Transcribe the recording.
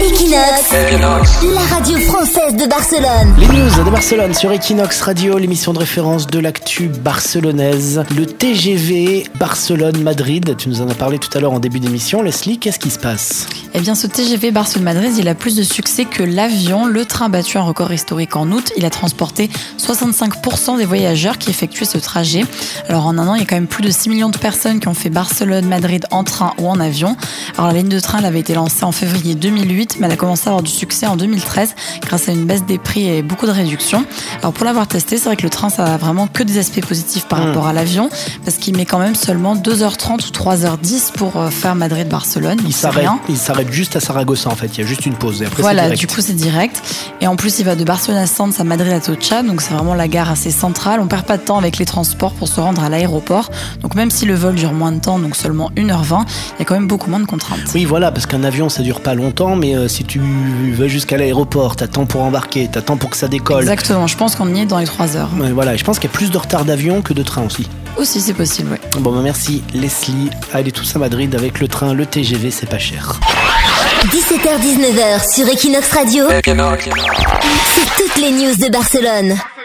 Equinox, la radio française de Barcelone. Les news de Barcelone sur Equinox Radio, l'émission de référence de l'actu barcelonaise. Le TGV Barcelone-Madrid, tu nous en as parlé tout à l'heure en début d'émission. Leslie, qu'est-ce qui se passe ? Eh bien, ce TGV Barcelone-Madrid, il a plus de succès que l'avion. Le train a battu un record historique en août. Il a transporté 65% des voyageurs qui effectuaient ce trajet. Alors, en un an, il y a quand même plus de 6 millions de personnes qui ont fait Barcelone-Madrid en train ou en avion. Alors, la ligne de train, elle avait été lancée en février 2008, mais elle a commencé à avoir du succès en 2013 grâce à une baisse des prix et beaucoup de réductions. Alors, pour l'avoir testé, c'est vrai que le train, ça a vraiment que des aspects positifs par rapport à l'avion, parce qu'il met quand même seulement 2h30 ou 3h10 pour faire Madrid-Barcelone. Il s'arrête juste à Saragossa, en fait. Il y a juste une pause. Et après, voilà, c'est direct. Du coup, c'est direct. Et en plus, il va de Barcelone à Sants à Madrid à Atocha, donc c'est vraiment la gare assez centrale. On perd pas de temps avec les transports pour se rendre à l'aéroport. Donc même si le vol dure moins de temps, donc seulement 1h20, il y a quand même beaucoup moins de contraintes. Oui, voilà, parce qu'un avion, ça dure pas longtemps, mais si tu vas jusqu'à l'aéroport, t'as temps pour embarquer, t'as temps pour que ça décolle. Exactement, je pense qu'on y est dans les 3 heures. Ouais, voilà, je pense qu'il y a plus de retard d'avion que de train aussi. Aussi, c'est possible, oui. Bon, merci Leslie. Allez tous à Madrid avec le train, le TGV, c'est pas cher. 17h-19h sur Equinox Radio. C'est toutes les news de Barcelone.